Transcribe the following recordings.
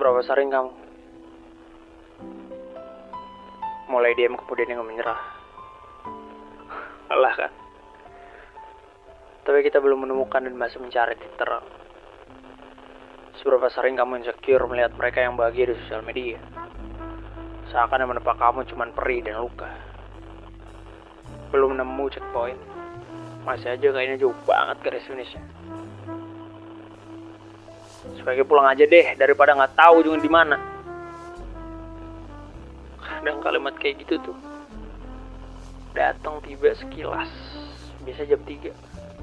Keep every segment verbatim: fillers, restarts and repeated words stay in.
Seberapa sering kamu mulai diam kemudian nggak menyerah? Lelah kan? Tapi kita belum menemukan dan masih mencari titik terang. Seberapa sering kamu insecure melihat mereka yang bahagia di sosial media? Seakan yang menepuk kamu cuma perih dan luka. Belum nemu checkpoint, masih aja kayaknya jauh banget garis finishnya. Sebagai pulang aja deh daripada nggak tahu ujungnya di mana. Kadang kalimat kayak gitu tuh datang tiba sekilas, biasa jam tiga.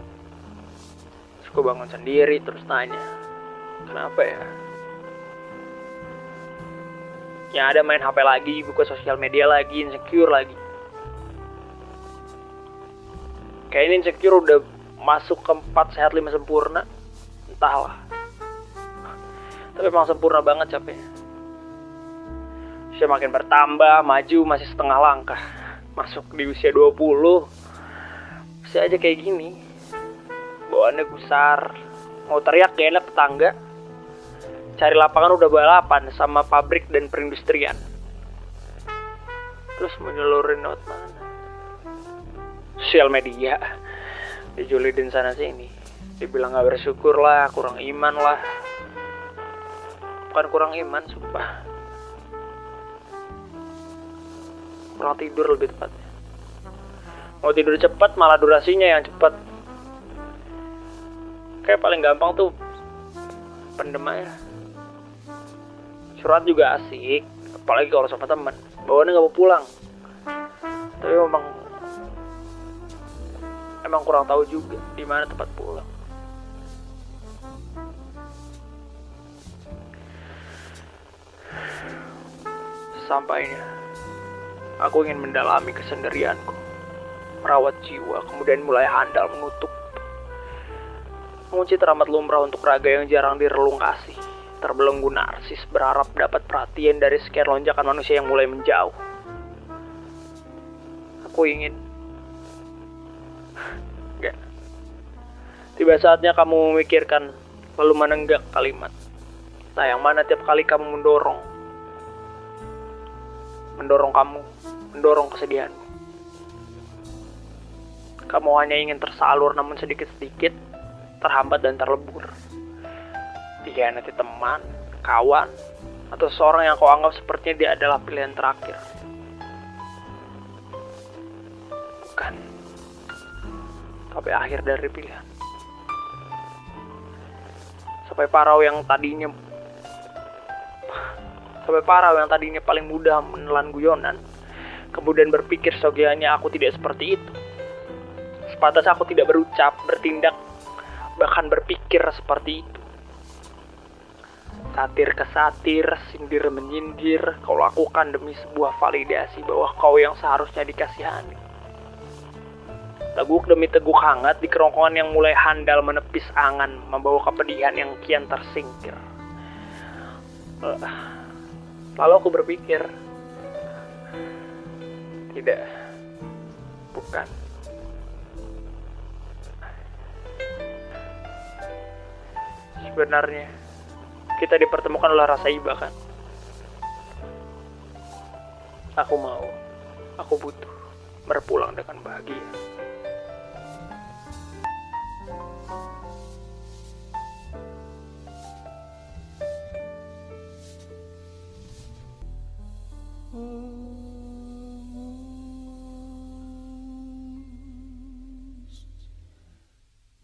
Suka bangun sendiri terus tanya, kenapa ya? Yang ada main H P lagi, buka sosial media lagi, insecure lagi. Kayaknya insecure udah masuk ke empat sehat lima sempurna, entahlah. Tapi emang sempurna banget capeknya. Usia makin bertambah, maju masih setengah langkah. Masuk di usia dua puluh, masih aja kayak gini. Bawaannya gusar, mau teriak gak enak tetangga. Cari lapangan udah balapan sama pabrik dan perindustrian. Terus mau nyelurin lewat mana? Sosial media. Dijulidin sana sini. Dibilang gak bersyukur lah, kurang iman lah. Bukan kurang iman, sumpah. Kurang tidur lebih tepatnya. Mau tidur cepat malah durasinya yang cepat. Kayak paling gampang tuh pendem aja. Surat juga asik, apalagi kalau sama teman. Bawaannya gak mau pulang. Tapi memang emang kurang tahu juga di mana tempat pulang. Sampainya, aku ingin mendalami kesendirianku, merawat jiwa, kemudian mulai handal menutup. Mengunci teramat lumrah untuk raga yang jarang direlung kasih. Terbelenggu narsis berharap dapat perhatian dari sekian lonjakan manusia yang mulai menjauh. Aku ingin Enggak. Tiba saatnya kamu memikirkan, lalu menenggak kalimat. Sayang mana tiap kali kamu mendorong Mendorong kamu, mendorong kesedihanmu. Kamu hanya ingin tersalur namun sedikit-sedikit, terhambat dan terlebur. Dikhianati teman, kawan, atau seorang yang kau anggap sepertinya dia adalah pilihan terakhir. Bukan. Tapi akhir dari pilihan. Sampai parau yang tadinya Sampai parau yang tadinya paling mudah menelan guyonan, kemudian berpikir seyogianya aku tidak seperti itu. Sepantas aku tidak berucap, bertindak, bahkan berpikir seperti itu. Satir ke satir, sindir menyindir, kau lakukan demi sebuah validasi bahwa kau yang seharusnya dikasihani. Teguk demi teguk hangat di kerongkongan yang mulai handal menepis angan, membawa kepedihan yang kian tersingkir. Uh, lalu aku berpikir, tidak, bukan. Sebenarnya kita dipertemukan oleh rasa iba kan? Aku mau, aku butuh berpulang dengan bahagia. Hmm.